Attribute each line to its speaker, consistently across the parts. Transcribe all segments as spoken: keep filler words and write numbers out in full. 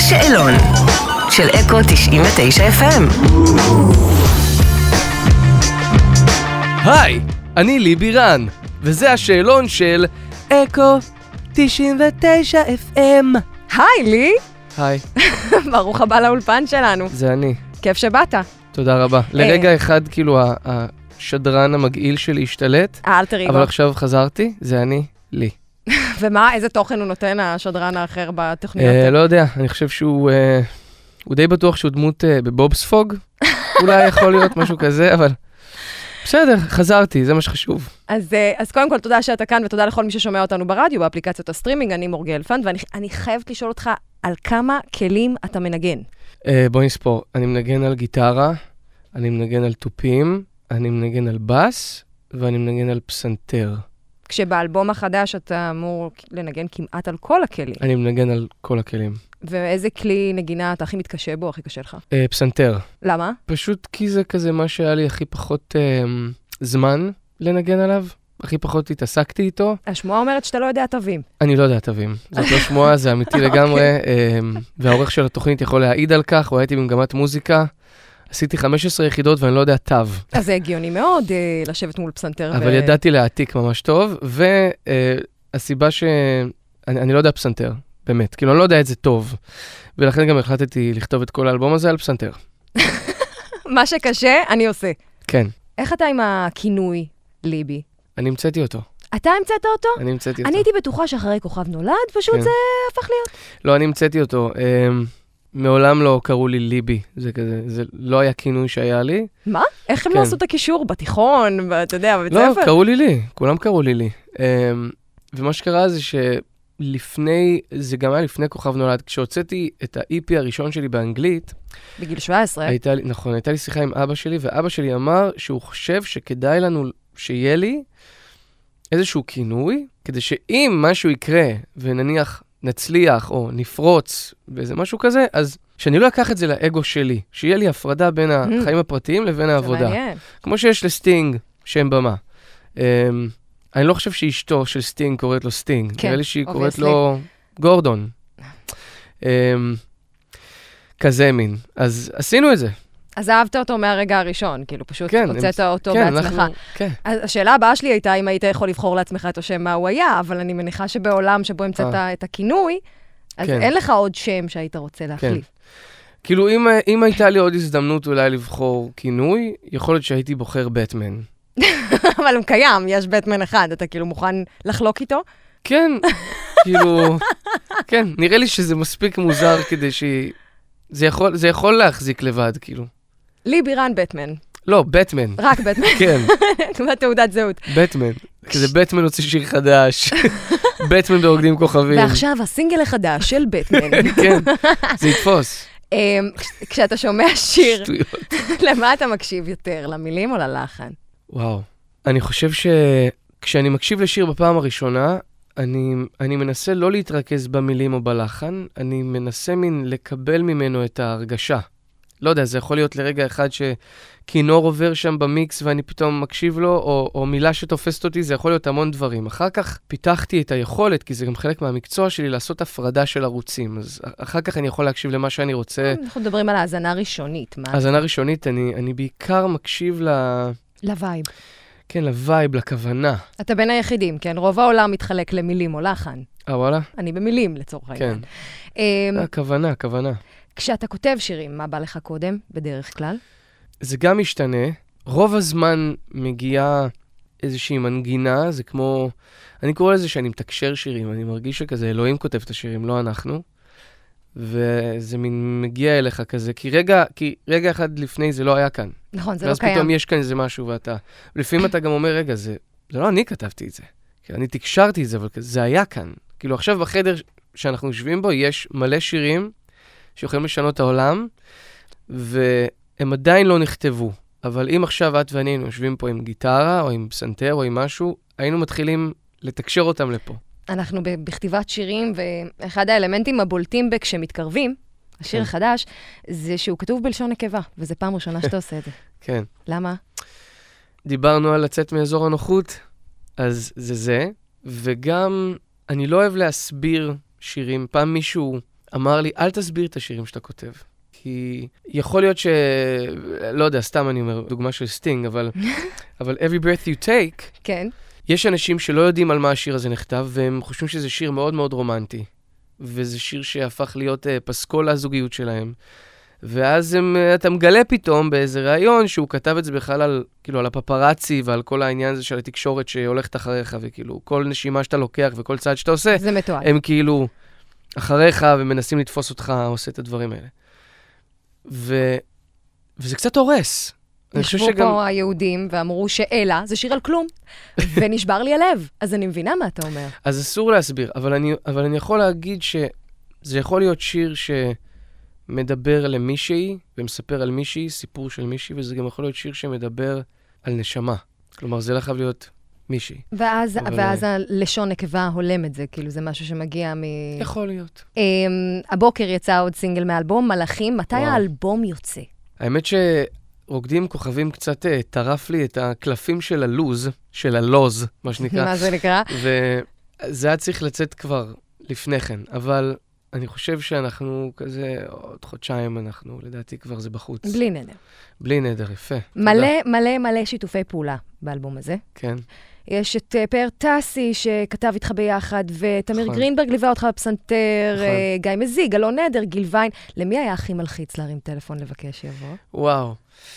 Speaker 1: השאלון של אקו תשעים ותשע אף אם.
Speaker 2: היי, אני ליבי רן, וזה השאלון של אקו תשעים ותשע אף אם.
Speaker 3: היי, לי.
Speaker 2: היי.
Speaker 3: ברוך הבא לאולפן שלנו.
Speaker 2: זה אני.
Speaker 3: כיף שבאת.
Speaker 2: תודה רבה. לרגע אחד, כאילו, השדרן המגעיל שלי השתלט,
Speaker 3: האלטר אגו.
Speaker 2: אבל עכשיו חזרתי, זה אני, לי.
Speaker 3: ומה, איזה תוכן הוא נותן, השדרן האחר בתוכניות?
Speaker 2: לא יודע, אני חושב שהוא, הוא די בטוח שהוא דמות בבובספוג, אולי יכול להיות משהו כזה, אבל בסדר, חזרתי, זה מה שחשוב.
Speaker 3: אז, אז קודם כל, תודה שאתה כאן, ותודה לכל מי ששומע אותנו ברדיו, באפליקציות הסטרימינג, אני מור גלפנד, ואני אני חייבת לשאול אותך על כמה כלים אתה מנגן.
Speaker 2: בוא נספור, אני מנגן על גיטרה, אני מנגן על טופים, אני מנגן על בס, ואני מנגן על פסנתר.
Speaker 3: כשבאלבום החדש אתה אמור לנגן כמעט על כל הכלים.
Speaker 2: אני מנגן על כל הכלים.
Speaker 3: ואיזה כלי נגינה אתה הכי מתקשה בו, הכי קשה לך?
Speaker 2: אה, פסנתר.
Speaker 3: למה?
Speaker 2: פשוט כי זה כזה מה שהיה לי הכי פחות אה, זמן לנגן עליו. הכי פחות התעסקתי איתו.
Speaker 3: השמועה אומרת שאתה לא יודע תווים.
Speaker 2: אני לא יודע תווים. זאת לא שמועה, זה אמיתי לגמרי. אה, והעורך של התוכנית יכול להעיד על כך, הוא הייתי במגמת מוזיקה. עשיתי חמש עשרה יחידות ואני לא יודע תו.
Speaker 3: אז זה הגיוני מאוד אה, לשבת מול פסנתר.
Speaker 2: אבל ו... ידעתי להעתיק ממש טוב, והסיבה אה, ש... אני, אני לא יודע פסנתר, באמת. כאילו, אני לא יודע את זה טוב. ולכן גם החלטתי לכתוב את כל האלבום הזה על פסנתר.
Speaker 3: מה שקשה, אני עושה.
Speaker 2: כן.
Speaker 3: איך אתה עם הכינוי ליבי?
Speaker 2: אני המצאתי אותו.
Speaker 3: אתה המצאת אותו?
Speaker 2: אני המצאתי אותו.
Speaker 3: אני הייתי בטוחה שאחרי כוכב נולד, פשוט כן. זה הפך להיות.
Speaker 2: לא, אני המצאתי אותו. אה, מעולם לא קראו לי ליבי, זה כזה, זה לא היה כינוי שהיה לי.
Speaker 3: מה? איך הם
Speaker 2: כן.
Speaker 3: לא עשו את הקישור בתיכון, אתה יודע, בבית
Speaker 2: לא,
Speaker 3: ספר?
Speaker 2: לא, קראו לי לי, כולם קראו לי לי. ומה שקרה זה שלפני, זה גם היה לפני כוכב נולד, כשהוצאתי את ה-אי פי הראשון שלי באנגלית,
Speaker 3: בגיל שבע עשרה.
Speaker 2: הייתה לי, נכון, הייתה לי שיחה עם אבא שלי, ואבא שלי אמר שהוא חושב שכדאי לנו, שיהיה לי איזשהו כינוי, כדי שאם משהו יקרה, ונניח נצליח או נפרוץ באיזה משהו כזה, אז שאני לא אקח את זה לאגו שלי, שיהיה לי הפרדה בין החיים הפרטיים לבין העבודה.
Speaker 3: מעניין.
Speaker 2: כמו שיש לסטינג שם במה. Um, אני לא חושב שאשתו של סטינג קוראת לו סטינג.
Speaker 3: כן,
Speaker 2: נראה לי שהיא קוראת
Speaker 3: obviously.
Speaker 2: לו גורדון. Um, כזה מין. אז עשינו את זה.
Speaker 3: אז אהבת אותו מהרגע הראשון, כאילו פשוט
Speaker 2: כן,
Speaker 3: הוצאת אותו
Speaker 2: כן,
Speaker 3: בעצמך.
Speaker 2: אנחנו, כן.
Speaker 3: אז השאלה הבאה שלי הייתה אם היית יכול לבחור לעצמך את השם מה הוא היה, אבל אני מניחה שבעולם שבו המצאת את הכינוי, אז
Speaker 2: כן.
Speaker 3: אין לך עוד שם שהיית רוצה להחליף.
Speaker 2: כן. כאילו, אם, אם הייתה לי עוד הזדמנות אולי לבחור כינוי, יכול להיות שהייתי בוחר בטמן.
Speaker 3: אבל הוא קיים, יש בטמן אחד, אתה כאילו מוכן לחלוק איתו?
Speaker 2: כן, כאילו, כן, נראה לי שזה מספיק מוזר כדי ש... זה יכול, זה יכול להחזיק לבד, כאילו.
Speaker 3: לי בירן בטמן.
Speaker 2: לא, בטמן.
Speaker 3: רק בטמן.
Speaker 2: כן.
Speaker 3: כמו תעודת זהות.
Speaker 2: בטמן. כזה בטמן הוציא שיר חדש. בטמן ברוקדים כוכבים.
Speaker 3: ועכשיו הסינגל החדש של בטמן.
Speaker 2: כן, זה יתפוס.
Speaker 3: כשאתה שומע שיר,
Speaker 2: שטויות.
Speaker 3: למה אתה מקשיב יותר, למילים או ללחן?
Speaker 2: וואו. אני חושב שכשאני מקשיב לשיר בפעם הראשונה, אני, אני מנסה לא להתרכז במילים או בלחן, אני מנסה מין לקבל ממנו את ההרגשה. לא יודע, זה יכול להיות לרגע אחד שכינור עובר שם במיקס ואני פתאום מקשיב לו, או, או מילה שתופסת אותי, זה יכול להיות המון דברים. אחר כך פיתחתי את היכולת, כי זה גם חלק מהמקצוע שלי, לעשות הפרדה של ערוצים. אז אחר כך אני יכול להקשיב למה שאני רוצה.
Speaker 3: אנחנו מדברים על האזנה ראשונית.
Speaker 2: האזנה ראשונית, אני, אני בעיקר מקשיב ל...
Speaker 3: לווייב.
Speaker 2: כן, לווייב, לכוונה.
Speaker 3: אתה בין היחידים, כן? רוב העולם מתחלק למילים או לחן.
Speaker 2: אה, וואלה?
Speaker 3: אני במילים, לצורך העניין.
Speaker 2: כן. הכוונה, הכוונה.
Speaker 3: כשאתה כותב שירים, מה בא לך קודם, בדרך כלל?
Speaker 2: זה גם משתנה. רוב הזמן מגיעה איזושהי מנגינה, זה כמו... אני קורא לזה שאני מתקשר שירים, אני מרגיש שכזה אלוהים כותב את השירים, לא אנחנו. וזה מין מגיע אליך כזה, כי רגע, כי רגע אחד לפני זה לא היה כאן.
Speaker 3: נכון, זה לא
Speaker 2: ואז
Speaker 3: קיים.
Speaker 2: פתאום יש כאן איזה משהו ואתה... לפעמים אתה גם אומר, רגע, זה, זה לא אני כתבתי את זה. כי אני תקשרתי את זה, אבל זה היה כאן. כאילו עכשיו בחדר שאנחנו יושבים בו, יש מלא שירים שיכולים לשנות את העולם, והם עדיין לא נכתבו. אבל אם עכשיו את ואני יושבים פה עם גיטרה, או עם פסנתר, או עם משהו, היינו מתחילים לתקשר אותם לפה.
Speaker 3: אנחנו בכתיבת שירים, ואחד האלמנטים הבולטים כשמתקרבים, השיר החדש, זה שהוא כתוב בלשון נקבה, וזה פעם ראשונה שאתה עושה את זה.
Speaker 2: כן.
Speaker 3: למה?
Speaker 2: דיברנו על לצאת מאזור הנוחות, אז זה זה, וגם אני לא אוהב להסביר שירים. פעם מישהו אמר לי, אל תסביר את השירים שאתה כותב. כי יכול להיות ש... לא יודע, סתם אני אומר, דוגמה של סטינג, אבל, אבל every breath you take,
Speaker 3: כן. יש
Speaker 2: אנשים שלא יודעים על מה השיר הזה נכתב, והם חושבים שזה שיר מאוד מאוד רומנטי. וזה שיר שהפך להיות uh, פסקול לזוגיות שלהם. ואז הם, אתה מגלה פתאום באיזה ראיון שהוא כתב את זה בכלל על, כאילו, על הפפרצי ועל כל העניין הזה של התקשורת שהולכת אחריך, וכאילו, כל נשימה שאתה לוקח וכל צעד שאתה עושה,
Speaker 3: זה מתועד.
Speaker 2: הם כאילו אחריך ומנסים לתפוס אותך, עושה את הדברים האלה. ו... וזה קצת הורס.
Speaker 3: ישבו פה שגם... היהודים ואמרו שאלה זה שיר על כלום, ונשבר לי הלב. אז אני מבינה מה אתה אומר.
Speaker 2: אז אסור להסביר, אבל אני, אבל אני יכול להגיד שזה יכול להיות שיר שמדבר למישהי, ומספר על מישהי, סיפור של מישהי, וזה גם יכול להיות שיר שמדבר על נשמה. כלומר, זה לא חייב להיות מישהי.
Speaker 3: ואז,
Speaker 2: אבל...
Speaker 3: ואז הלשון נקבה הולם את זה, כאילו זה משהו שמגיע מ...
Speaker 2: יכול להיות.
Speaker 3: Um, הבוקר יצא עוד סינגל מאלבום, מלאכים. מתי וואו. האלבום יוצא?
Speaker 2: האמת שרוקדים כוכבים קצת טרף לי את הקלפים של הלוז, של הלוז, מה שנקרא.
Speaker 3: מה זה נקרא?
Speaker 2: וזה היה צריך לצאת כבר לפני כן, אבל אני חושב שאנחנו כזה, עוד חודשיים אנחנו, לדעתי כבר זה בחוץ.
Speaker 3: בלי נדר.
Speaker 2: בלי נדר, יפה.
Speaker 3: מלא, מלא, מלא שיתופי פעולה באלבום הזה.
Speaker 2: כן. יש
Speaker 3: את פאר טסי שכתב איתך ביחד, ותמיר נכון. גרינברג ליווה אותך בפסנתר, נכון. גיא מזיג, אלון נדר, גיל ויין. למי היה הכי מלחיץ להרים טלפון לבקש שיבוא?
Speaker 2: וואו.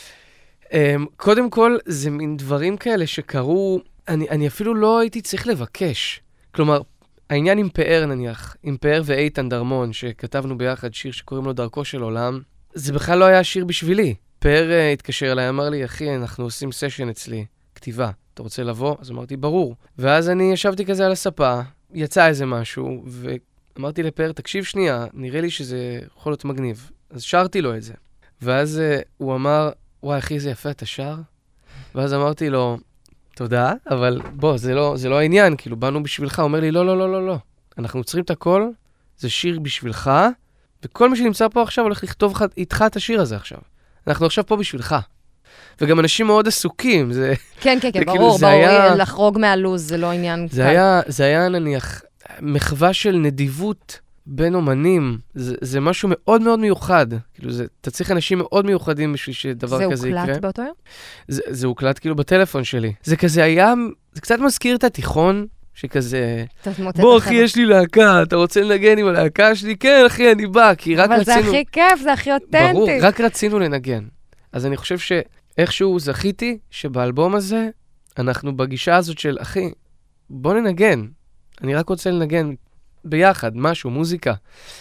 Speaker 2: Um, קודם כל, זה מין דברים כאלה שקרו, אני, אני אפילו לא הייתי צריך לבקש. כלומר, העניין עם פאר נניח, עם פאר ואיתן דרמון, שכתבנו ביחד שיר שקוראים לו דרכו של עולם, זה בכלל לא היה שיר בשבילי. פאר uh, התקשר אליי, אמר לי, אחי, אנחנו עושים סשן אצלי, כתיבה. אתה רוצה לבוא? אז אמרתי, ברור. ואז אני ישבתי כזה על הספה, יצא איזה משהו, ואמרתי לפאר, תקשיב שנייה, נראה לי שזה יכול להיות מגניב. אז שרתי לו את זה. ואז uh, הוא אמר, וואי, אחי, זה יפה, אתה שר? ואז אמרתי לו, תודה, אבל בוא, זה לא, זה לא העניין, כאילו, באנו בשבילך. הוא אומר לי, לא, לא, לא, לא, לא. אנחנו עוצרים את הכל, זה שיר בשבילך, וכל מי שנמצא פה עכשיו הולך לכתוב איתך את השיר הזה עכשיו. אנחנו עכשיו פה בשבילך. וגם אנשים מאוד עסוקים, זה...
Speaker 3: כן, כן, כן, ברור, ברור, היה... לחרוג מהלוז, זה לא עניין...
Speaker 2: זה היה, זה היה, נניח, מחווה של נדיבות בין אומנים, זה, זה משהו מאוד מאוד מיוחד, כאילו, זה, אתה צריך אנשים מאוד מיוחדים בשביל שדבר כזה יקרה.
Speaker 3: זה הוקלט באותו יום?
Speaker 2: זה, זה הוקלט כאילו בטלפון שלי. זה כזה היה, זה קצת מזכיר את התיכון, שכזה, בוא אחי, יש לי להקה, אתה רוצה לנגן עם הלהקה שלי? כן, אחי, אני בא, כי רק
Speaker 3: אבל
Speaker 2: רצינו...
Speaker 3: אבל זה הכי כיף, זה הכי אותנטי.
Speaker 2: ברור, רק רצינו לנגן. אז אני חושב שאיכשהו זכיתי שבאלבום הזה, אנחנו בגישה הזאת של, אחי, בוא ננגן. אני רק רוצה לנגן ביחד, משהו, מוזיקה.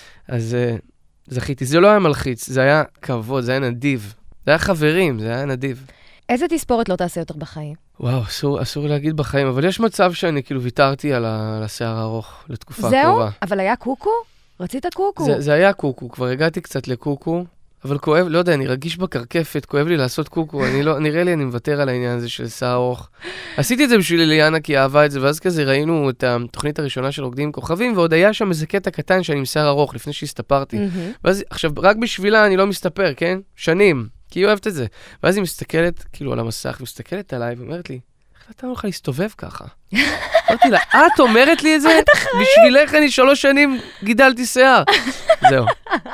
Speaker 2: אז uh, זכיתי. זה לא היה מלחיץ, זה היה כבוד, זה היה נדיב. זה היה חברים, זה היה נדיב.
Speaker 3: איזה תספורת לא תעשה יותר בחיים?
Speaker 2: וואו, אסור, אסור להגיד בחיים, אבל יש מצב שאני כאילו ויתרתי על, ה, על השיער הארוך לתקופה
Speaker 3: זהו?
Speaker 2: קרובה.
Speaker 3: זהו? אבל היה קוקו? רצית קוקו?
Speaker 2: זה, זה היה קוקו, כבר הגעתי קצת לקוקו, אבל כואב, לא יודע, אני רגיש בקרקפת, כואב לי לעשות קוקו, אני לא, נראה לי אני מוותר על העניין הזה של שיער ארוך. עשיתי את זה בשביל אליאנה, כי אהבה את זה, ואז כזה ראינו את התוכנית הראשונה של רוקדים כוכבים, ועוד היה שם איזה קטע קטן שאני עם שיער ארוך, לפני שהסתפרתי. Mm-hmm. ואז, עכשיו, רק בשבילה אני לא מסתפר, כן? שנים, כי היא אוהבת את זה. ואז היא מסתכלת, כאילו, על המסך, מסתכלת עליי, ואומרת לי, איך אתה הולך להסתובב ככה? אמרתי לה, את אומרת לי את זה? בשבילך אני שלוש שנים גידלתי שיער. זהו.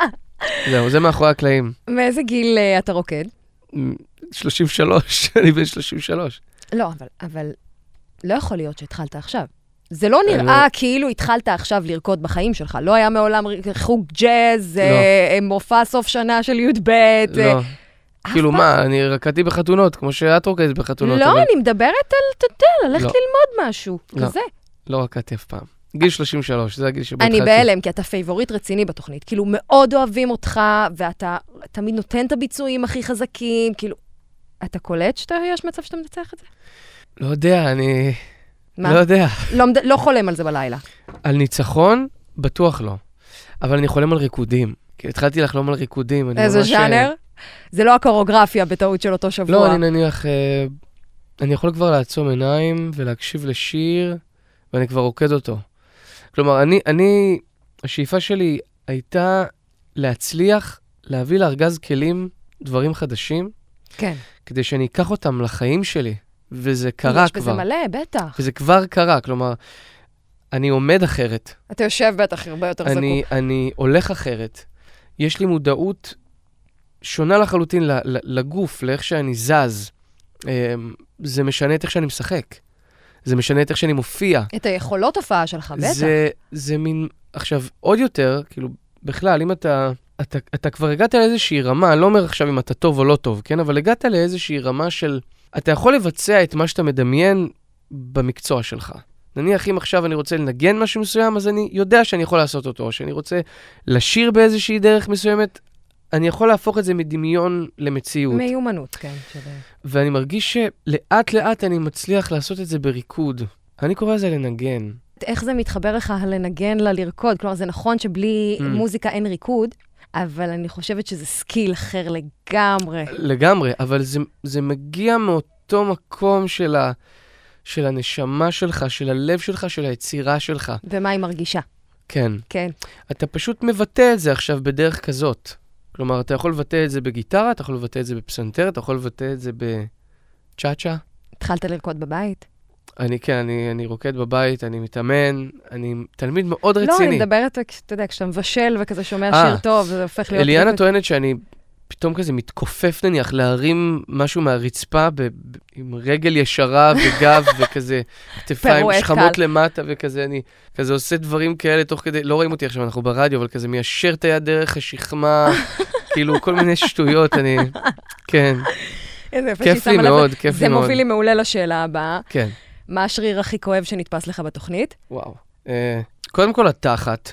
Speaker 2: זהו, זה מאחורי הקלעים.
Speaker 3: מאיזה גיל uh, אתה רוקד?
Speaker 2: שלושים ושלוש, אני בן שלושים ושלוש.
Speaker 3: לא, אבל, אבל לא יכול להיות שהתחלת עכשיו. זה לא נראה לא... כאילו התחלת עכשיו לרקוד בחיים שלך. לא היה מעולם חוג ג'אז, לא. אה, מופע סוף שנה של י' ב'.
Speaker 2: לא. אה... כאילו מה, אני רקדתי בחתונות, כמו שאת רוקדת בחתונות.
Speaker 3: לא, אבל... אני מדברת על תתל, הלכת לא. ללמוד משהו, לא. כזה.
Speaker 2: לא רקדתי אף פעם. גיל שלושים ושלוש, זה הגיל שבו התחלתי.
Speaker 3: אני בהלם, כי אתה פייבוריט רציני בתוכנית. כאילו, מאוד אוהבים אותך, ואתה תמיד נותן את הביצועים הכי חזקים, כאילו... אתה קולט שיש מצב שאתה מנצח את זה?
Speaker 2: לא יודע, אני... מה? לא יודע.
Speaker 3: לא, לא חולם על זה בלילה.
Speaker 2: על ניצחון? בטוח לא. אבל אני חולם על ריקודים. כי התחלתי לחלום על ריקודים.
Speaker 3: איזה ז'אנר? זה לא הקוריאוגרפיה בטעות של אותו שבוע.
Speaker 2: לא, אני נניח... אה, אני יכול כבר לעצום עיניים ולהקשיב לשיר, ואני כבר רוקד אותו. כלומר, אני, אני, השאיפה שלי הייתה להצליח, להביא לארגז כלים דברים חדשים,
Speaker 3: כן.
Speaker 2: כדי שאני אקח אותם לחיים שלי, וזה קרה
Speaker 3: יש
Speaker 2: כבר.
Speaker 3: יש בזה מלא, בטח.
Speaker 2: וזה כבר קרה, כלומר, אני עומד אחרת.
Speaker 3: אתה יושב בטח הרבה יותר
Speaker 2: אני,
Speaker 3: זקוק.
Speaker 2: אני הולך אחרת. יש לי מודעות שונה לחלוטין לגוף, לאיך שאני זז. זה משנה את איך שאני משחק. זה משנה את איך שאני מופיע.
Speaker 3: את היכולות הופעה שלך, בטח.
Speaker 2: זה, זה מין, עכשיו, עוד יותר, כאילו, בכלל, אם אתה, אתה, אתה כבר הגעת לאיזושהי רמה, אני לא אומר עכשיו אם אתה טוב או לא טוב, כן? אבל הגעת לאיזושהי רמה של, אתה יכול לבצע את מה שאתה מדמיין במקצוע שלך. נניח, אם עכשיו אני רוצה לנגן משהו מסוים, אז אני יודע שאני יכול לעשות אותו, או שאני רוצה לשיר באיזושהי דרך מסוימת, אני יכול להפוך את זה מדמיון למציאות.
Speaker 3: מיומנות, כן. שווה.
Speaker 2: ואני מרגיש שלאט לאט אני מצליח לעשות את זה בריקוד. אני קורא לזה לנגן.
Speaker 3: איך זה מתחבר לך לנגן, ללרקוד? כלומר, זה נכון שבלי mm. מוזיקה אין ריקוד, אבל אני חושבת שזה סקיל אחר לגמרי.
Speaker 2: לגמרי, אבל זה, זה מגיע מאותו מקום של, ה, של הנשמה שלך, של הלב שלך, של היצירה שלך.
Speaker 3: ומה היא מרגישה?
Speaker 2: כן.
Speaker 3: כן.
Speaker 2: אתה פשוט מבטא את זה עכשיו בדרך כזאת. כלומר, אתה יכול לבטא את זה בגיטרה, אתה יכול לבטא את זה בפסנתר, אתה יכול לבטא את זה בצ'אצ'ה.
Speaker 3: התחלת לרקוד בבית?
Speaker 2: אני, כן, אני, אני רוקד בבית, אני מתאמן, אני תלמיד מאוד רציני.
Speaker 3: לא, אני מדברת, אתה יודע, כשאתה מבשל וכזה שומע שיר טוב, זה הופך להיות...
Speaker 2: אליאנה טוענת שאני פתאום כזה מתכופף נניח, להרים משהו מהרצפה ב- ב- עם רגל ישרה וגב וכזה, כתפיים שכמות למטה וכזה, אני כזה עושה דברים כאלה תוך כדי, לא רואים אותי עכשיו, אנחנו ברדיו, אבל כזה מיישר את היד דרך השכמה, כאילו כל מיני שטויות, אני, כן. כיף לי מאוד, כיף לי מאוד.
Speaker 3: זה מוביל לי מעולה לשאלה הבאה.
Speaker 2: כן.
Speaker 3: מה השריר הכי כואב שנתפס לך בתוכנית?
Speaker 2: וואו. קודם כל, התחת.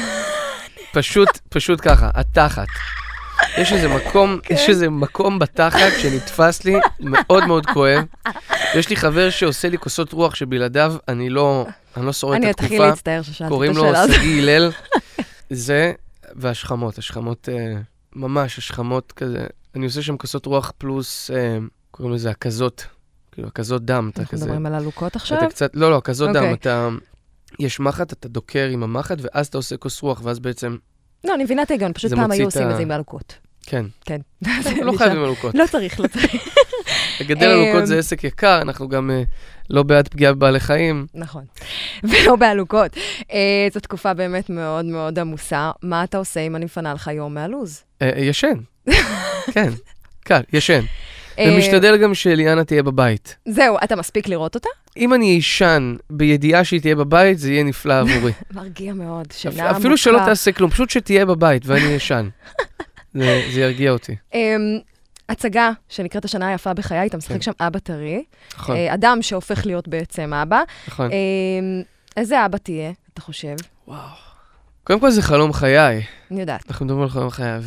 Speaker 2: פשוט, פשוט ככה, התחת. יש איזה מקום, יש איזה מקום בתחת שנתפס לי מאוד מאוד כואב. יש לי חבר שעושה לי כוסות רוח שבלעדיו אני לא, אני לא שורד את התקופה.
Speaker 3: אני אתחיל להצטער ששאלתי את השאלה.
Speaker 2: קוראים לו סגי הלל. זה, והשכמות, השכמות, ממש, השכמות כזה. אני עושה שם כוסות רוח פלוס, קוראים לזה הכזות. כאילו, הכזות דם, אתה כזה...
Speaker 3: אנחנו מדברים על הלוקות עכשיו?
Speaker 2: אתה קצת, לא, לא, הכזות דם, אתה... יש מחט, אתה דוקר עם המחט, ואז אתה עושה כוס רוח, ואז בעצם...
Speaker 3: לא, אני מבינה את ההיגיון, פשוט פעם היו עושים את זה עם הלוקות.
Speaker 2: כן.
Speaker 3: כן.
Speaker 2: לא חייבים הלוקות.
Speaker 3: לא צריך, לא צריך.
Speaker 2: לגדל הלוקות זה עסק יקר, אנחנו גם לא בעד פגיעה בבעלי חיים.
Speaker 3: נכון. ולא בהלוקות. זו תקופה באמת מאוד מאוד עמוסה. מה אתה עושה אם אני מפנה לך יום מהלוז?
Speaker 2: ישן. כן. קל, ישן. ומשתדל גם שאליאנה תהיה בבית.
Speaker 3: זהו, אתה מספיק לראות אותה?
Speaker 2: אם אני אישן בידיעה שהיא תהיה בבית, זה יהיה נפלא עבורי.
Speaker 3: מרגיע מאוד, שינה עמוקה.
Speaker 2: אפילו שלא תעשה כלום, פשוט שתהיה בבית ואני אישן. זה ירגיע אותי.
Speaker 3: הצגה שנקראת השנה היפה בחיי, אתה משחק שם אבא טרי.
Speaker 2: נכון.
Speaker 3: אדם שהופך להיות בעצם אבא.
Speaker 2: נכון.
Speaker 3: איזה אבא תהיה, אתה חושב?
Speaker 2: וואו. קודם כל זה חלום חיי.
Speaker 3: אני יודעת.
Speaker 2: אנחנו מדברים על חלום חיי,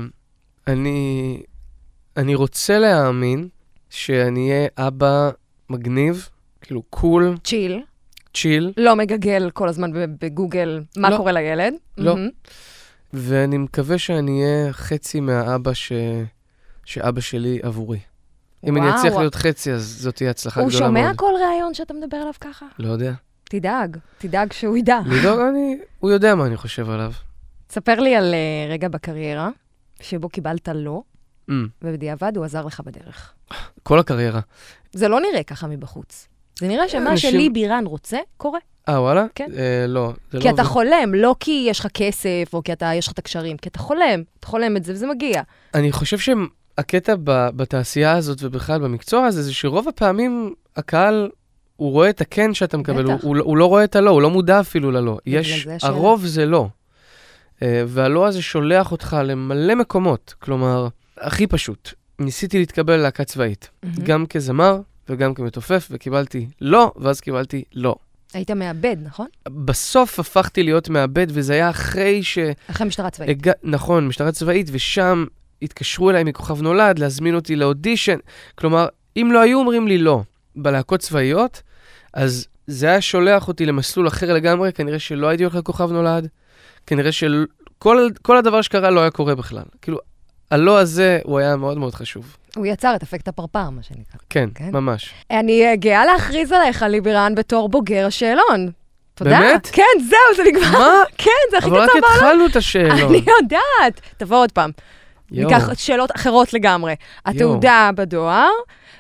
Speaker 2: ואני... אני רוצה להאמין שאני אהיה אבא מגניב, כאילו קול.
Speaker 3: צ'יל.
Speaker 2: צ'יל.
Speaker 3: לא מגגל כל הזמן בגוגל מה
Speaker 2: לא.
Speaker 3: קורה לילד.
Speaker 2: לא. Mm-hmm. ואני מקווה שאני אהיה חצי מהאבא ש... שאבא שלי עבורי. אם וואו. אני אצליח להיות חצי, אז זאת תהיה הצלחה גדולה מאוד.
Speaker 3: הוא שומע כל ראיון שאתה מדבר עליו ככה?
Speaker 2: לא יודע.
Speaker 3: תדאג, תדאג שהוא ידע.
Speaker 2: לדאוג, אני... הוא יודע מה אני חושב עליו.
Speaker 3: תספר לי על uh, רגע בקריירה, שבו קיבלת לא.
Speaker 2: Mm.
Speaker 3: ובדיעבד הוא עזר לך בדרך.
Speaker 2: כל הקריירה.
Speaker 3: זה לא נראה ככה מבחוץ. זה נראה שמה אנשים... שלי בירן רוצה, קורה.
Speaker 2: אה, וואלה?
Speaker 3: כן.
Speaker 2: אה, לא. זה
Speaker 3: כי
Speaker 2: לא
Speaker 3: אתה
Speaker 2: זה...
Speaker 3: חולם, לא כי יש לך כסף, או כי אתה, יש לך את הקשרים, כי אתה חולם. אתה חולם את זה וזה מגיע.
Speaker 2: אני חושב שהקטע ב... בתעשייה הזאת ובכלל במקצוע הזה, זה שרוב הפעמים הקהל, הוא רואה את הכן שאתה מקבל, הוא, הוא, הוא לא רואה את הלא, הוא לא מודע אפילו ללא. יש, הרוב זה לא. והלא הזה שולח אותך למלא מקומות. כלומר, הכי פשוט. ניסיתי להתקבל להקה צבאית. Mm-hmm. גם כזמר וגם כמתופף, וקיבלתי לא, ואז קיבלתי לא.
Speaker 3: היית מאבד, נכון?
Speaker 2: בסוף הפכתי להיות מאבד, וזה היה אחרי ש...
Speaker 3: אחרי משטרה צבאית.
Speaker 2: הג... נכון, משטרה צבאית, ושם התקשרו אליי מכוכב נולד, להזמין אותי לאודישן. כלומר, אם לא היו אומרים לי לא בלהקות צבאיות, אז זה היה שולח אותי למסלול אחר לגמרי, כנראה שלא הייתי הולך לכוכב נולד, כנראה שכל כל הדבר שקרה לא היה קורה בכלל. כאילו, הלא הזה הוא היה מאוד מאוד חשוב.
Speaker 3: הוא יצר את אפקט הפרפר, מה שנקרא.
Speaker 2: כן, כן? ממש.
Speaker 3: אני גאה להכריז עליך, ליבירן, בתור בוגר השאלון. תודה.
Speaker 2: באמת?
Speaker 3: כן, זהו, זה נגמר.
Speaker 2: מה?
Speaker 3: כן, זה הכי קצר
Speaker 2: בעולם. אבל רק התחלנו את השאלון.
Speaker 3: אני יודעת. תבוא עוד פעם. ניקח שאלות אחרות לגמרי. התעודה בדואר,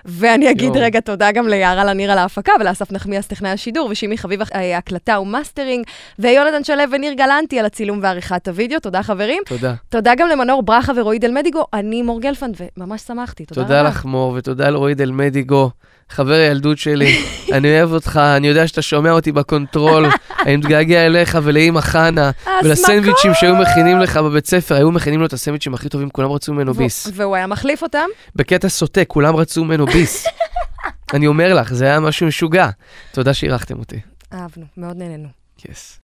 Speaker 3: ואני אגיד
Speaker 2: יו.
Speaker 3: רגע תודה גם ליערה לניר על ההפקה, ולאסף נחמיאס טכנאי השידור, ושימי חביב הקלטה ומאסטרינג, ויונתן שלו וניר גלנטי על הצילום ועריכת הוידאו. תודה חברים.
Speaker 2: תודה.
Speaker 3: תודה גם למנור ברכה ורועי דלמדיגו, אני מור גלפנד, וממש שמחתי. תודה רבה.
Speaker 2: תודה לך מור, ותודה לרועי דלמדיגו, חבר הילדות שלי. אני אוהב אותך, אני יודע שאתה שומע אותי בקונטרול, אני מתגעגע אליך ולאמא חנה, ולסנדוויצ'ים שהיו מכינים לך בבית ספר, היו מכינים לו את הסנדוויצ'ים הכי טובים, כולם רצו ממנו ביס.
Speaker 3: והוא היה מחליף אותם?
Speaker 2: בקטע סוטה, כולם רצו ממנו ביס. אני אומר לך, זה היה משהו משוגע. תודה שאירחתם אותי.
Speaker 3: אהבנו, מאוד נהנינו.
Speaker 2: Yes.